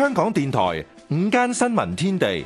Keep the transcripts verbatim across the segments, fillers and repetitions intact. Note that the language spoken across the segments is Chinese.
香港電台午間新聞天地，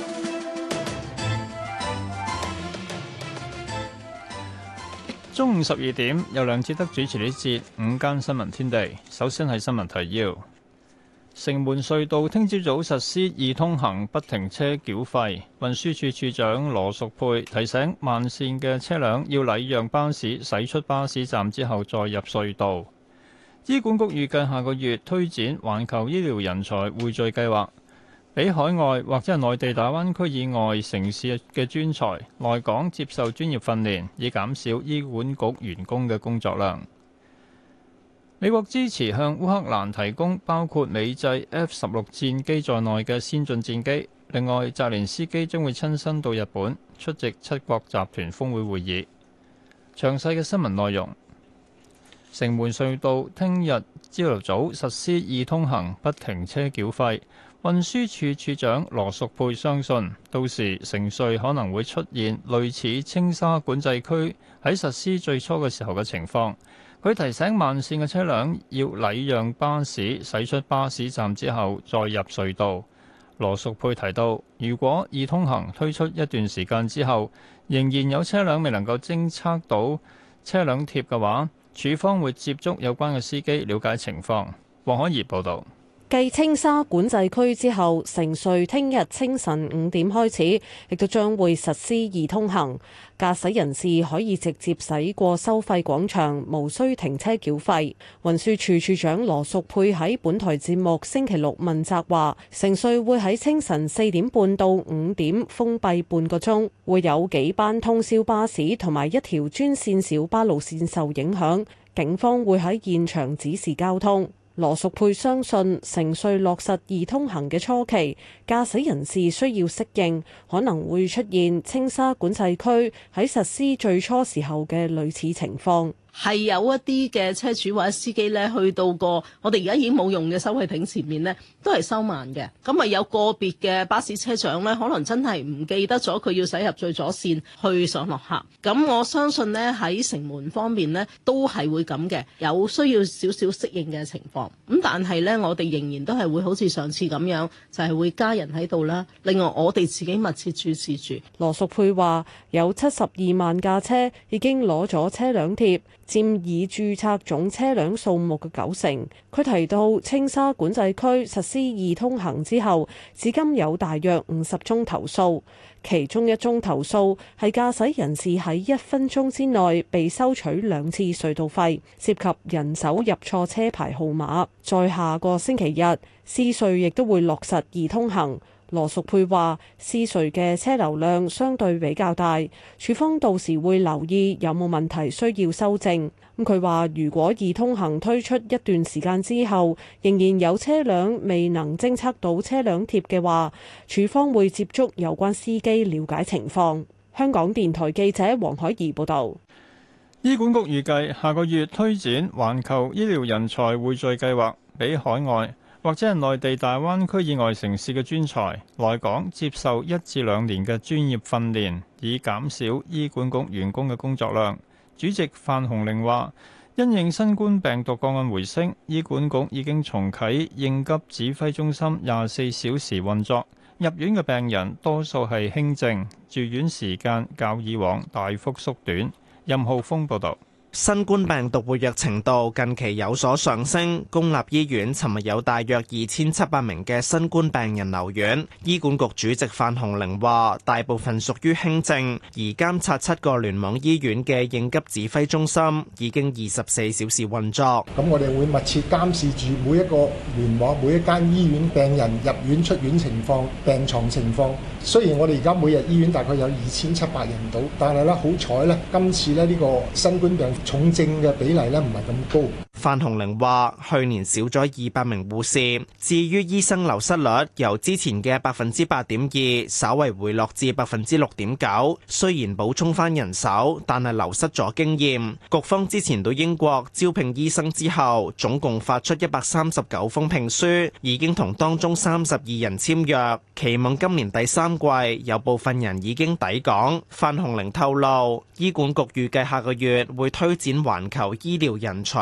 中午十二點由梁志德主持呢節午間新聞天地。首先係新聞提要：城門隧道聽朝早實施易通行不停車繳費，運輸署署長羅淑佩提醒慢線嘅車輛要禮讓巴士駛出巴士站之後再入隧道。醫管局預計下個月推展環球醫療人才匯聚計劃，俾海外或者係內地大灣區以外城市嘅專才來港接受專業訓練，以減少醫管局員工嘅工作量。美國支持向烏克蘭提供包括美製 F 十六戰機在內嘅先進戰機。另外，澤連斯基將會親身到日本出席七國集團峰會會議。詳細嘅新聞內容。城門隧道聽日朝頭早實施易通行不停車繳費，運輸署署長羅淑佩相信，到時城隧可能會出現類似青沙管制區喺實施最初嘅時候嘅情況。佢提醒慢線嘅車輛要禮讓巴士駛出巴士站之後再入隧道。羅淑佩提到，如果易通行推出一段時間之後，仍然有車輛未能夠偵測到車輛貼嘅話，署方會接觸有關嘅司機了解情況。黃可怡報導。 繼青沙管制區之後，城隧聽日清晨五點開始，亦都將會實施易通行，駕駛人士可以直接駛過收費廣場，無需停車繳費。運輸署署長羅淑佩喺本台節目星期六問責話，城隧會喺清晨四點半到五點封閉半個鐘，會有幾班通宵巴士同埋一條專線小巴路線受影響，警方會喺現場指示交通。羅淑佩相信，城隧落實易通行嘅初期，駕駛人士需要適應，可能會出現青沙管制區喺實施最初時候嘅類似情況。 係有一啲嘅車主或者司機咧，去到個我哋而家已經冇用嘅收費亭前面咧，都係收慢嘅。咁啊有個別嘅巴士車長咧，可能真係唔記得咗佢要駛入最左線去上落客。咁我相信咧喺城門方面咧，都係會咁嘅，有需要少少適應嘅情況。咁但係咧，我哋仍然都係會好似上次咁樣，就係會加人喺度啦。另外我哋自己密切注視住。 羅淑佩話有七十二萬架車已經攞咗車輛貼，佔已註冊總車輛數目嘅九成。佢提到青沙管制區實施易通行之後，至今有大約五十宗投訴，其中一宗投訴係駕駛人士喺一分鐘之內被收取兩次隧道費，涉及人手入錯車牌號碼。在下個星期日，獅隧亦都會落實易通行。羅淑佩話：獅隧嘅車流量相對比較大，署方到時會留意有冇問題需要修正。咁佢話：如果易通行推出一段時間之後，仍然有車輛未能偵測到車輛貼嘅話，署方會接觸有關司機了解情況。香港電台記者黃海怡報導。 醫管局預計下個月推展環球醫療人才匯聚計劃，俾海外或者係內地大灣區以外城市嘅專才來港接受一至兩年嘅專業訓練，以減少醫管局員工嘅工作量。主席范鴻齡話，因應新冠病毒個案回升，醫管局已經重啟應急指揮中心廿四小時運作，入院嘅病人多數係輕症，住院時間較以往大幅縮短。任浩峰報導。 新冠病毒活躍程度近期有所上升，公立醫院尋日有大約二千七百名嘅新冠病人留院。醫管局主席范鴻齡話，大部分屬於輕症，而監察七個聯網醫院嘅應急指揮中心已經二十四小時運作。 咁我哋會密切監視住每一個聯網、每一間醫院病人入院出院情況、病床情況。雖然我哋而家每日醫院大概有二千七百人到，但係咧好彩咧，今次咧呢個新冠病重症嘅比例咧唔係咁高。 范鴻齡話：去年少咗二百名護士，至於醫生流失率由之前嘅百分之八點二，稍為回落至百分之六點九。雖然補充翻人手，但係流失咗經驗。局方之前到英國招聘醫生之後，總共發出一百三十九封聘書，已經同當中三十二人簽約，期望今年第三季有部分人已經抵港。范鴻齡透露，醫管局預計下個月會推展環球醫療人才匯聚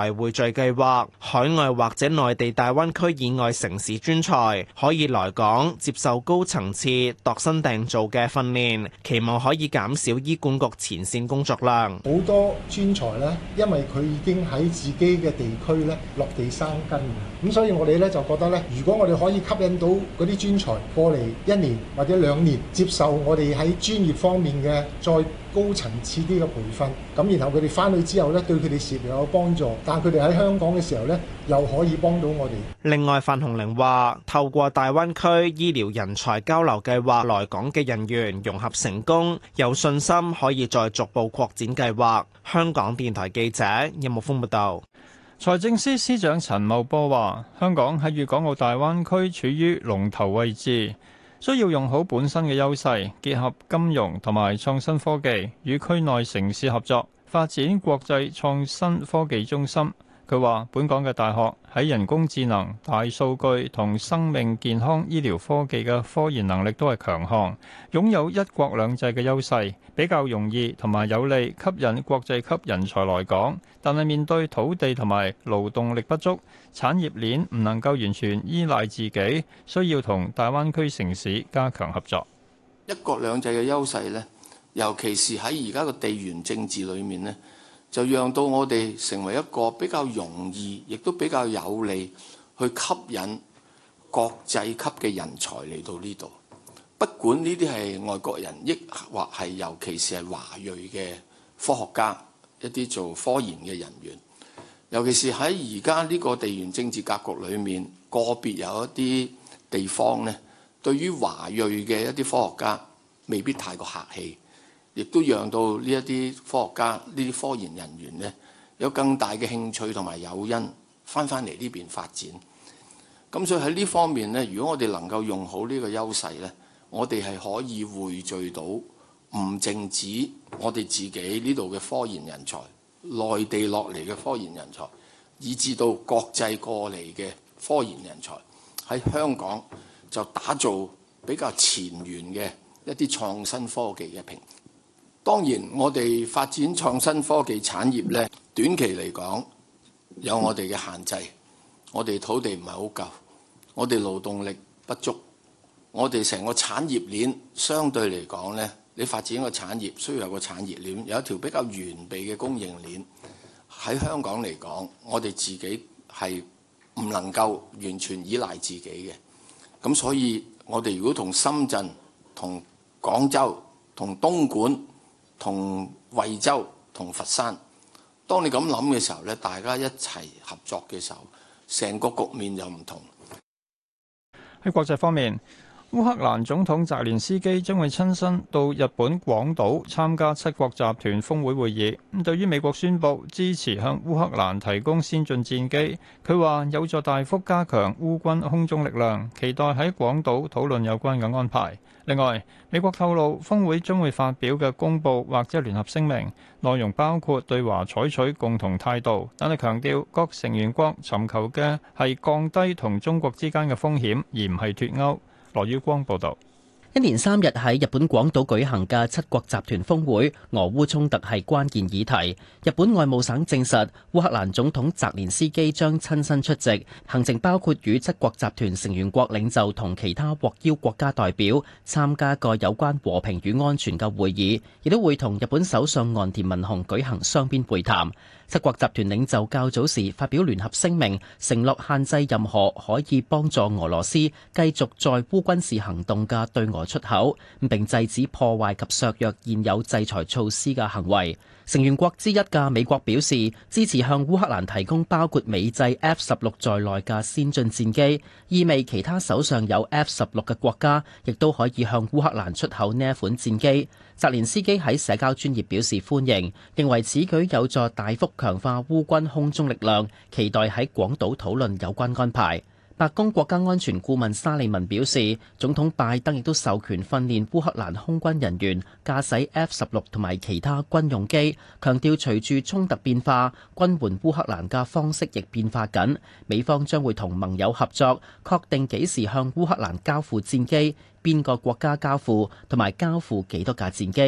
計劃，海外或者內地大灣區以外城市專才可以來港接受高層次度身訂造嘅訓練，期望可以減少醫管局前線工作量。 好多專才呢，因為佢已經喺自己嘅地區咧落地生根，咁所以我哋咧就覺得咧，如果我哋可以吸引到嗰啲專才過嚟一年或者兩年，接受我哋喺專業方面嘅再高層次啲嘅培訓，咁然後佢哋翻去之後咧，對佢哋事業有幫助，但係佢哋喺香港嘅時候咧，又可以幫到我哋。 另外，范鴻齡話，透過大灣區醫療人才交流計劃來港嘅人員融合成功，有信心可以再逐步擴展計劃。香港電台記者任木峰報道。 財政司司長陳茂波話，香港喺粵港澳大灣區處於龍頭位置，需要用好本身嘅優勢，結合金融同埋創新科技，與區內城市合作，發展國際創新科技中心。佢話：本港嘅大學喺人工智能、大數據同生命健康醫療科技嘅科研能力都係強項，擁有一國兩制嘅優勢，比較容易同埋有利吸引國際級人才來港。但係面對土地同埋勞動力不足，產業鏈唔能夠完全依賴自己，需要同大灣區城市加強合作。 一國兩制嘅優勢呢，尤其是喺而家嘅地緣政治裏面呢，就讓到我哋成為一個比較容易，亦都比較有利去吸引國際級嘅人才嚟到呢度。不管呢啲係外國人，抑或係尤其是係華裔嘅科學家，一啲做科研嘅人員，尤其是喺而家呢個地緣政治格局裏面，個別有一啲地方呢，對於華裔嘅一啲科學家未必太過客氣。亦都讓到呢一啲科學家、呢啲科研人員呢，有更大嘅興趣同埋誘因翻返嚟呢邊發展。咁所以喺呢方面呢，如果我哋能夠用好呢個優勢呢，我哋係可以匯聚到唔淨止我哋自己呢度嘅科研人才、內地落嚟嘅科研人才，以至到國際過嚟嘅科研人才，喺香港就打造比較前沿嘅一啲創新科技嘅平台。當然，我哋發展創新科技產業呢，短期嚟講有我哋嘅限制。我哋土地唔係好夠，我哋勞動力不足，我哋成個產業鏈相對嚟講呢，你發展一個產業需要有個產業鏈，有一條比較完備嘅供應鏈。喺香港嚟講，我哋自己係唔能夠完全依賴自己嘅。咁所以，我哋如果同深圳、同廣州、同東莞、同惠州、同佛山，當你咁諗嘅時候咧，大家一齊合作嘅時候，成個局面就唔同。 喺國際方面，烏克蘭總統澤連斯基將會親身到日本廣島參加七國集團峰會會議。咁對於美國宣布支持向烏克蘭提供先進戰機，佢話有助大幅加強烏軍空中力量，期待喺廣島討論有關嘅安排。另外，美國透露峰會將會發表嘅公佈或者聯合聲明，內容包括對華採取共同態度，但係強調各成員國尋求嘅係降低同中國之間嘅風險，而唔係脫鈎。羅宇光報導。 一連三日喺日本廣島舉行嘅七國集團峰會，俄烏衝突係關鍵議題。日本外務省證實，烏克蘭總統澤連斯基將親身出席，行程包括與七國集團成員國領袖同其他獲邀國家代表參加個有關和平與安全嘅會議，亦都會同日本首相岸田文雄舉行雙邊會談。七國集團領袖較早時發表聯合聲明，承諾限制任何可以幫助俄羅斯繼續在烏軍事行動嘅對俄出口，並制止破壞及削弱現有制裁措施嘅行為。成員國之一嘅美國表示支持向烏克蘭提供包括美製 F 十六在內嘅先進戰機，意味其他手上有 F 十六嘅國家亦都可以向烏克蘭出口呢一款戰機。澤連斯基喺社交專頁表示歡迎，認為此舉有助大幅強化烏軍空中力量，期待喺廣島討論有關安排。白宮國家安全顧問沙利文表示，總統拜登亦都授權訓練烏克蘭空軍人員駕駛 F 十六同埋其他軍用機，強調隨住衝突變化，軍援烏克蘭嘅方式亦變化緊。美方將會同盟友合作，確定幾時向烏克蘭交付戰機，邊個國家交付同埋交付幾多架戰機。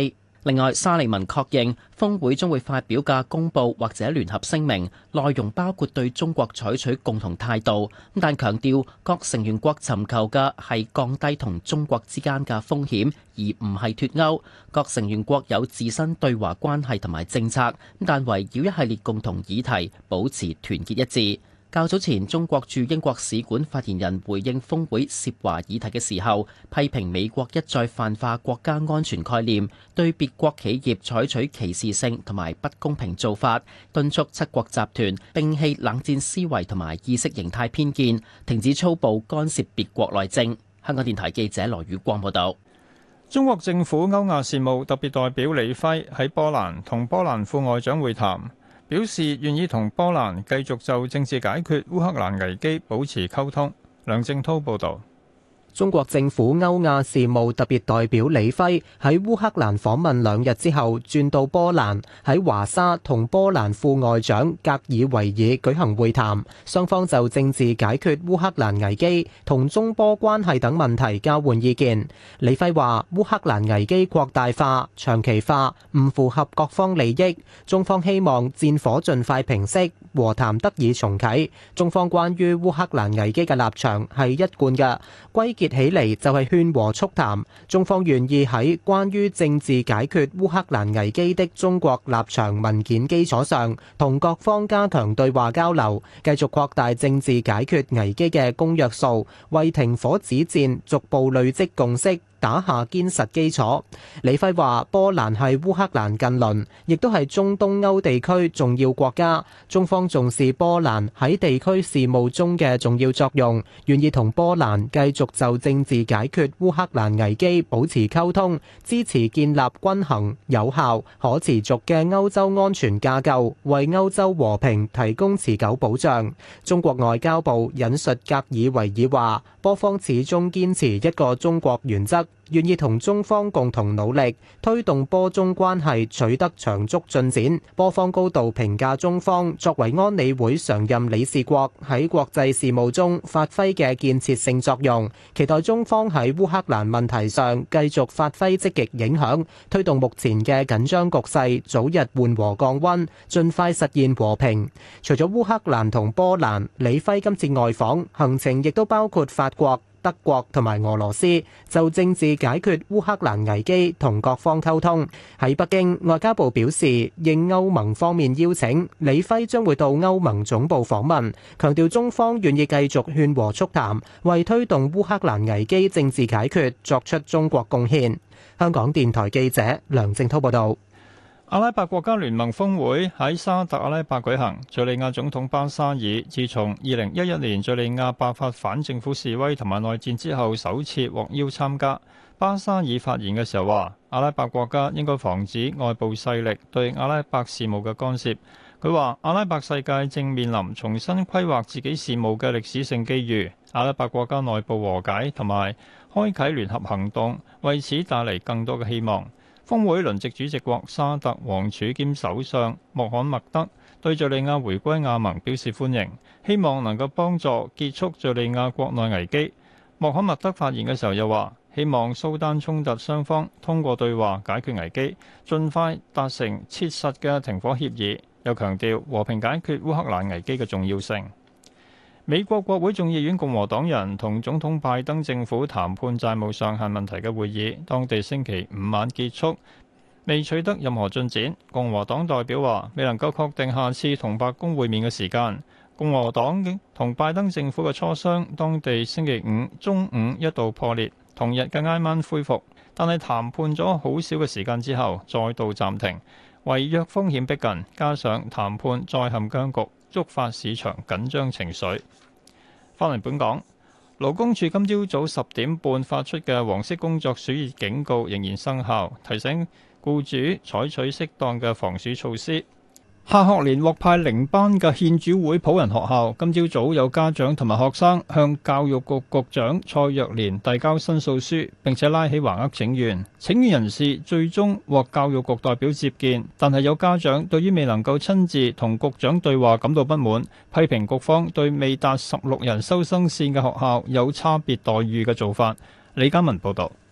另外，沙利文確認峰會將會發表嘅公佈或者聯合聲明，內容包括對中國採取共同態度，但強調各成員國尋求嘅係降低同中國之間嘅風險，而唔係脫歐。各成員國有自身對華關係同埋政策，但圍繞一系列共同議題，保持團結一致。較早前，中國駐英國使館發言人回應峰會涉華議題嘅時候，批評美國一再泛化國家安全概念，對別國企業採取歧視性同埋不公平做法，敦促七國集團摒棄冷戰思維同埋意識形態偏見，停止粗暴干涉別國內政。香港電台記者羅宇光報道。 中國政府歐亞事務特別代表李輝喺波蘭同波蘭副外長會談，表示願意同波蘭繼續就政治解決烏克蘭危機保持溝通。梁正滔報導。 中國政府歐亞事務特別代表李輝喺烏克蘭訪問兩日之後，轉到波蘭，喺華沙同波蘭副外長格爾維爾舉行會談，雙方就政治解決烏克蘭危機同中波關係等問題交換意見。李輝話：烏克蘭危機擴大化、長期化，唔符合各方利益，中方希望戰火盡快平息，和談得以重啟。中方關於烏克蘭危機嘅立場係一貫嘅，歸結起嚟就係勸和促談，中方願意喺關於政治解決烏克蘭危機的中國立場文件基礎上，同各方加強對話交流，繼續擴大政治解決危機嘅公約數，為停火止戰逐步累積共識打下堅實基礎。李輝話：波蘭係烏克蘭近鄰，亦都係中東歐地區重要國家。中方重視波蘭喺地區事務中嘅重要作用，願意同波蘭繼續就政治解決烏克蘭危機保持溝通，支持建立均衡、有效、可持續嘅歐洲安全架構，為歐洲和平提供持久保障。中國外交部引述格爾維爾話：波方始終堅持一個中國原則，願意同中方共同努力，推動波中關係取得長足進展。波方高度評價中方作為安理會常任理事國喺國際事務中發揮嘅建設性作用，期待中方喺烏克蘭問題上繼續發揮積極影響，推動目前嘅緊張局勢早日緩和降溫，盡快實現和平。除咗烏克蘭同波蘭，李輝今次外訪行程亦都包括法國、德國同埋俄羅斯，就政治解決烏克蘭危機同各方溝通。喺北京，外交部表示，應歐盟方面邀請，李輝將會到歐盟總部訪問，強調中方願意繼續勸和促談，為推動烏克蘭危機政治解決作出中國貢獻。香港電台記者梁正滔報導。 阿拉伯國家聯盟峰會喺沙特阿拉伯舉行，敘利亞總統巴沙爾自從二零一一年敘利亞爆發反政府示威同埋內戰之後，首次獲邀參加。巴沙爾發言嘅時候話，阿拉伯國家應該防止外部勢力對阿拉伯事務嘅干涉。佢話，阿拉伯世界正面臨重新規劃自己事務嘅歷史性機遇，阿拉伯國家內部和解同埋開啓聯合行動，為此帶嚟更多嘅希望。峰會輪值主席國沙特王儲兼首相穆罕默德對敘利亞回歸亞盟表示歡迎，希望能夠幫助結束敘利亞國內危機。穆罕默德發言嘅時候又話，希望蘇丹衝突雙方通過對話解決危機，盡快達成切實嘅停火協議，又強調和平解決烏克蘭危機嘅重要性。美國國會眾議院共和黨人同總統拜登政府談判債務上限問題嘅會議，當地星期五晚結束，未取得任何進展。共和黨代表話，未能夠確定下次同白宮會面嘅時間。共和黨同拜登政府嘅磋商，當地星期五中午一度破裂，同日嘅挨晚恢復，但係談判咗好少嘅時間之後，再度暫停。違約風險逼近，加上談判再陷僵局，觸發市場緊張情緒。翻嚟本港，勞工處今朝早十點半發出嘅黃色工作暑熱警告仍然生效，提醒僱主採取適當嘅防暑措施。下學年獲派零班嘅獻主會普仁學校，今朝早有家長同埋學生向教育局局長蔡若蓮遞交申訴書，並且拉起橫額請願。請願人士最終獲教育局代表接見，但係有家長對於未能夠親自同局長對話感到不滿，批評局方對未達十六人收生線嘅學校有差別待遇嘅做法。李嘉文報導。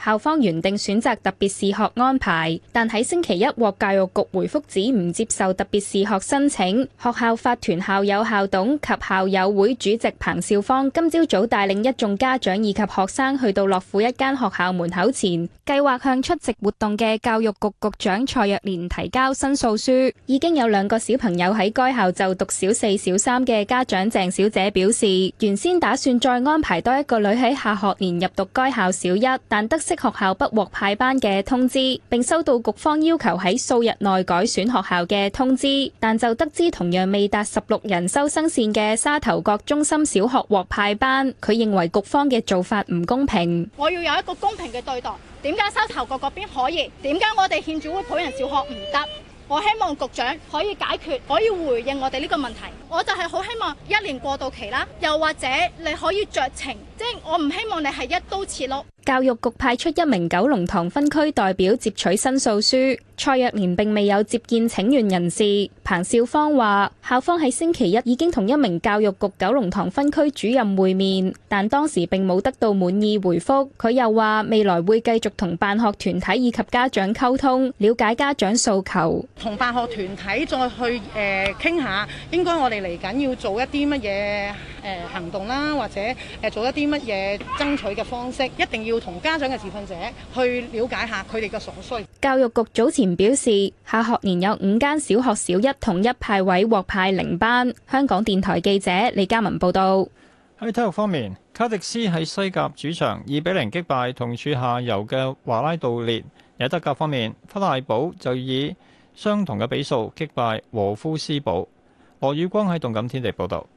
校方原定選擇特別試學安排，但喺星期一獲教育局回覆指唔接受特別試學申請。學校法團校友校董及校友會主席彭少芳今朝早帶領一眾家長以及學生去到樂富一間學校門口前，計劃向出席活動嘅教育局局長蔡若蓮提交申訴書。已經有兩個小朋友喺該校就讀小四、小三嘅家長鄭小姐表示，原先打算再安排多一個女喺下學年入讀該校小一，但得悉學校不獲派班嘅通知，並收到局方要求喺數日內改選學校嘅通知，但就得知同樣未達十六人收生線嘅沙頭角中心小學獲派班。佢認為局方嘅做法唔公平。 我要有一個公平嘅對待，點解沙頭角嗰邊可以？點解我哋獻主會普仁小學唔得？我希望局長可以解決，可以回應我哋呢個問題。我就係好希望一年過渡期啦，又或者你可以酌情，即係我唔希望你係一刀切咯。 教育局派出一名九龍塘分區代表接取申訴書，蔡若蓮並未有接見請願人士。彭少芳話：校方喺星期一已經同一名教育局九龍塘分區主任會面，但當時並冇得到滿意回覆。佢又話未來會繼續同辦學團體以及家長溝通，了解家長訴求。 同辦學團體再去誒傾下，應該我哋嚟緊要做一啲乜嘢誒行動啦，或者誒做一啲乜嘢爭取嘅方式，一定要同家長嘅持份者去了解下佢哋嘅所需。 教育局早前表示，下學年有五間小學小一統一派位獲派零班。香港電台記者李嘉文報道。 喺體育方面，卡迪斯喺西甲主場二比零擊敗同處下游嘅華拉道列。喺德甲方面，弗賴堡就以相同嘅比數擊敗和夫斯堡。羅宇光喺動感天地報道。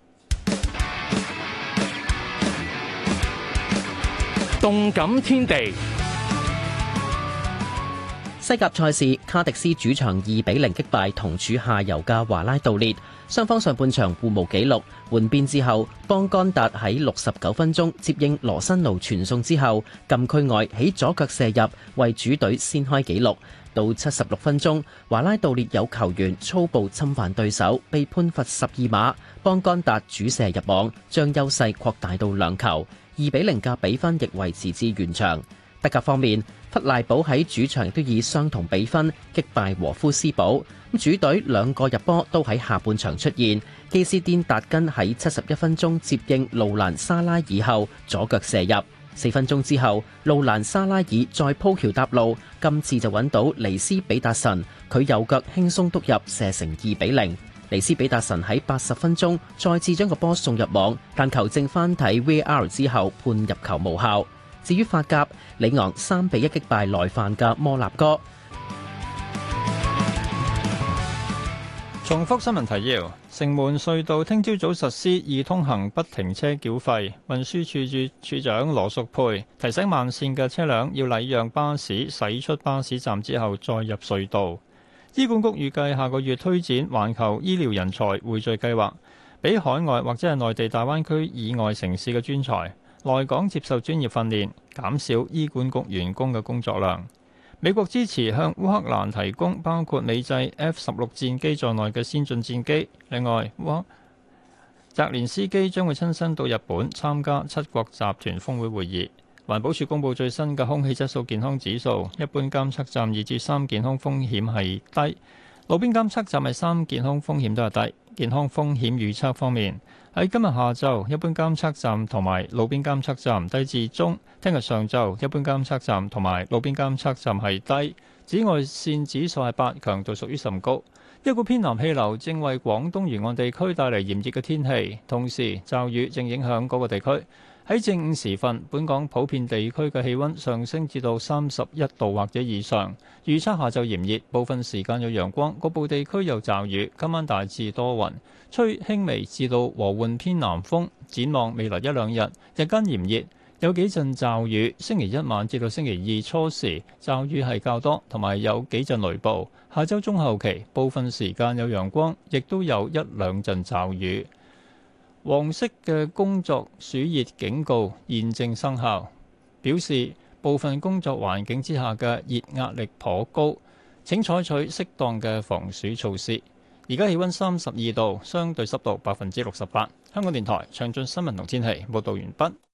動感天地。 西甲賽事，卡迪斯主場二比零擊敗同處下游嘅華拉道列，雙方上半場互無紀錄。換邊之後，邦干達喺六十九分鐘接應羅辛奴傳送之後，禁區外起左腳射入，為主隊先開紀錄。到七十六分鐘，華拉道列有球員粗暴侵犯對手，被判罰十二碼，邦干達主射入網，將優勢擴大到兩球。二比零嘅比分亦維持至完場。德甲方面，弗賴堡喺主場都以相同比分擊敗和夫斯堡。主隊兩個入波都喺下半場出現，基斯甸達根喺七十一分鐘接應路蘭沙拉爾後左腳射入，四分鐘之後路蘭沙拉爾再鋪橋搭路，今次就揾到尼斯比達臣，佢右腳輕鬆篤入射成二比零。尼斯比達臣喺八十分鐘再次將個波送入網，但球證翻睇 V R 之後判入球無效。至於法甲，里昂三比一擊敗來犯嘅摩納哥。 重複新聞提要：城門隧道聽朝早實施易通行不停車繳費，運輸署署署長羅淑佩提醒慢線嘅車輛要禮讓巴士駛出巴士站之後再入隧道。醫管局預計下個月推展環球醫療人才匯聚計劃，俾海外或者係內地大灣區以外城市嘅專才來港接受專業訓練，減少醫管局員工嘅工作量。美國支持向烏克蘭提供包括美製 F 十六戰機在內嘅先進戰機。另外，烏澤連斯基將會親身到日本參加七國集團峰會會議。環保署公布最新嘅空氣質素健康指數，一般監測站二至三健康風險係低，路邊監測站係三健康風險都係低。健康風險預測方面，喺今日下晝，一般監測站同埋路邊監測站低至中；聽日上晝，一般監測站同埋路邊監測站係低。紫外線指數係八，強度屬於甚高。一股偏南氣流正為廣東沿岸地區帶嚟炎熱嘅天氣，同時驟雨正影響嗰個地區。喺正午時分，本港普遍地區嘅氣溫上升至到三十一度或者以上。預測下晝炎熱，部分時間有陽光，局部地區有驟雨。今晚大致多雲，吹輕微至到和緩偏南風。展望未來一兩日，日間炎熱，有幾陣驟雨。星期一晚至到星期二初時，驟雨係較多，同埋有幾陣雷暴。下週中後期，部分時間有陽光，亦都有一兩陣驟雨。黃色嘅工作暑熱警告現正生效，表示部分工作環境之下嘅熱壓力頗高，請採取適當嘅防暑措施。而家氣溫三十二度，相對濕度百分之六十八。香港電台詳盡新聞同天氣報導完畢。